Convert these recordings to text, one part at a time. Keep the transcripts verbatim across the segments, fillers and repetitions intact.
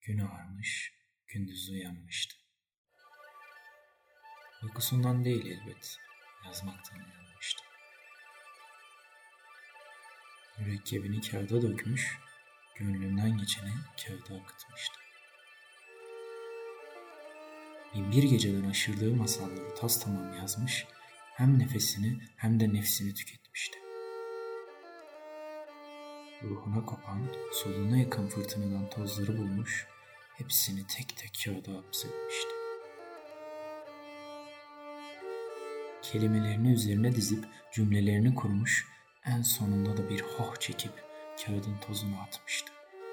Gün ağarmış, gündüz uyanmıştı. Uykusundan değil elbet, yazmaktan uyanmıştı. Mürekkebini kağıda dökmüş, gönlünden geçeni kağıda akıtmıştı. Bin bir geceden aşırdığı masalları tas tamam yazmış, hem nefesini hem de nefsini tüketmişti. Ruhuna kopan, soluğuna yakın fırtınadan tozları bulmuş, hepsini tek tek kağıda hapsetmişti. Kelimelerini üzerine dizip cümlelerini kurmuş, en sonunda da bir hoh çekip kağıdın tozunu atmıştı.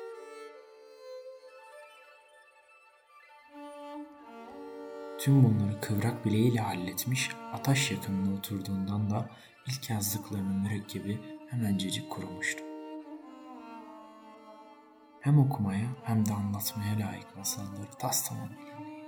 Tüm bunları kıvrak bileğiyle halletmiş, ataş yakınına oturduğundan da ilk yazdıklarının mürekkebi hemencecik kurumuştu. Hem okumaya hem de anlatmaya layık masalları taslamam elindeydi.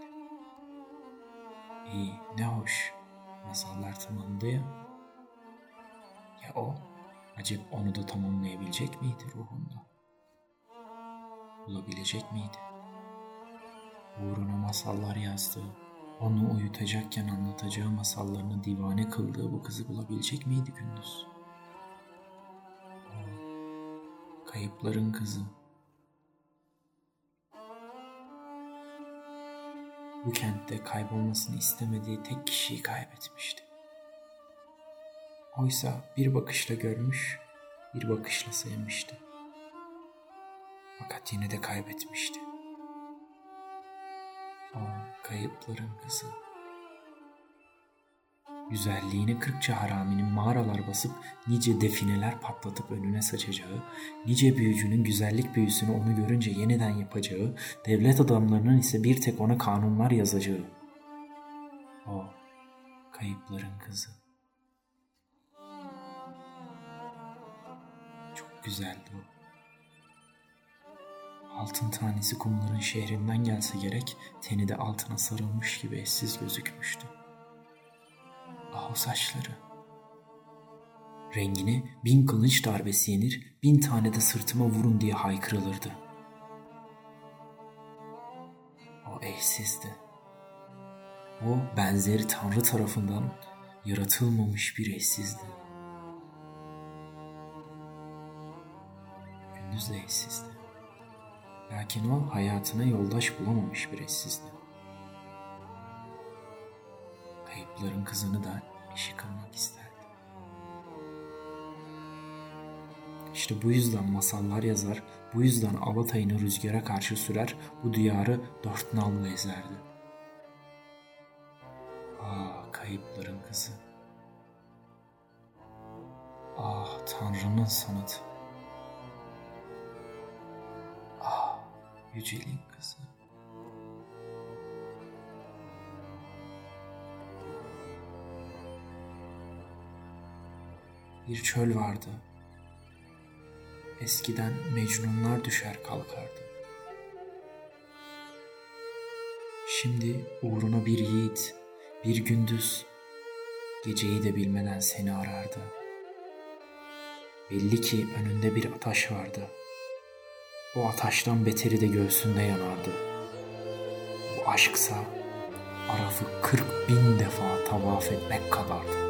İyi, ne hoş, masallar tamamdı ya. Ya o, acaba onu da tamamlayabilecek miydi ruhunda? Bulabilecek miydi? Uğruna masallar yazdığı, onu uyutacakken anlatacağı masallarını divane kıldığı bu kızı bulabilecek miydi gündüz? O, kayıpların kızı. Bu kentte kaybolmasını istemediği tek kişiyi kaybetmişti. Oysa bir bakışla görmüş, bir bakışla sevmişti. Fakat yine de kaybetmişti. O kayıpların kızı. Güzelliğini kırkça haraminin mağaralar basıp nice defineler patlatıp önüne saçacağı, nice büyücünün güzellik büyüsünü onu görünce yeniden yapacağı, devlet adamlarının ise bir tek ona kanunlar yazacağı. O kayıpların kızı. Çok güzeldi o. Altın tanesi kumların şehrinden gelse gerek, teni de altına sarılmış gibi eşsiz gözükmüştü. Ah o saçları. Rengini bin kılıç darbesi yenir, bin tane de sırtıma vurun diye haykırılırdı. O eşsizdi. O benzeri Tanrı tarafından yaratılmamış bir eşsizdi. Gündüz de eşsizdi. Lakin o hayatına yoldaş bulamamış bir eşsizdi. Kayıpların kızını da eşi kılmak isterdi. İşte bu yüzden masallar yazar, bu yüzden alatayını rüzgara karşı sürer, bu diyarı dört nallı ezerdi. Ah kayıpların kızı. Ah Tanrı'nın sanatı. Ah yüceliğin kızı. Bir çöl vardı. Eskiden mecnunlar düşer kalkardı. Şimdi uğruna bir yiğit, bir gündüz, geceyi de bilmeden seni arardı. Belli ki önünde bir ataş vardı. O ataştan beteri de göğsünde yanardı. Bu aşksa arafı kırk bin defa tavaf etmek kadardı.